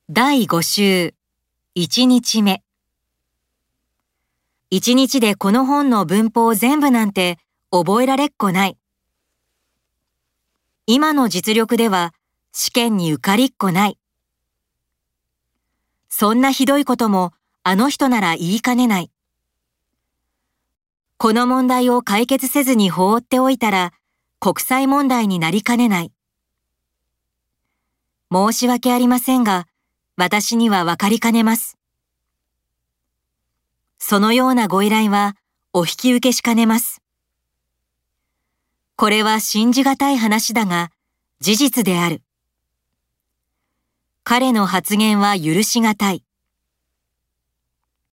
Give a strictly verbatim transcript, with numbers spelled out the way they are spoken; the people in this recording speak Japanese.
だいご週いちにちめ。いちにちでこの本の文法全部なんて覚えられっこない。今の実力では試験に受かりっこない。そんなひどいこともあの人なら言いかねない。この問題を解決せずに放っておいたら国際問題になりかねない。申し訳ありませんが、私にはわかりかねます。そのようなご依頼はお引き受けしかねます。これは信じがたい話だが、事実である。彼の発言は許しがたい。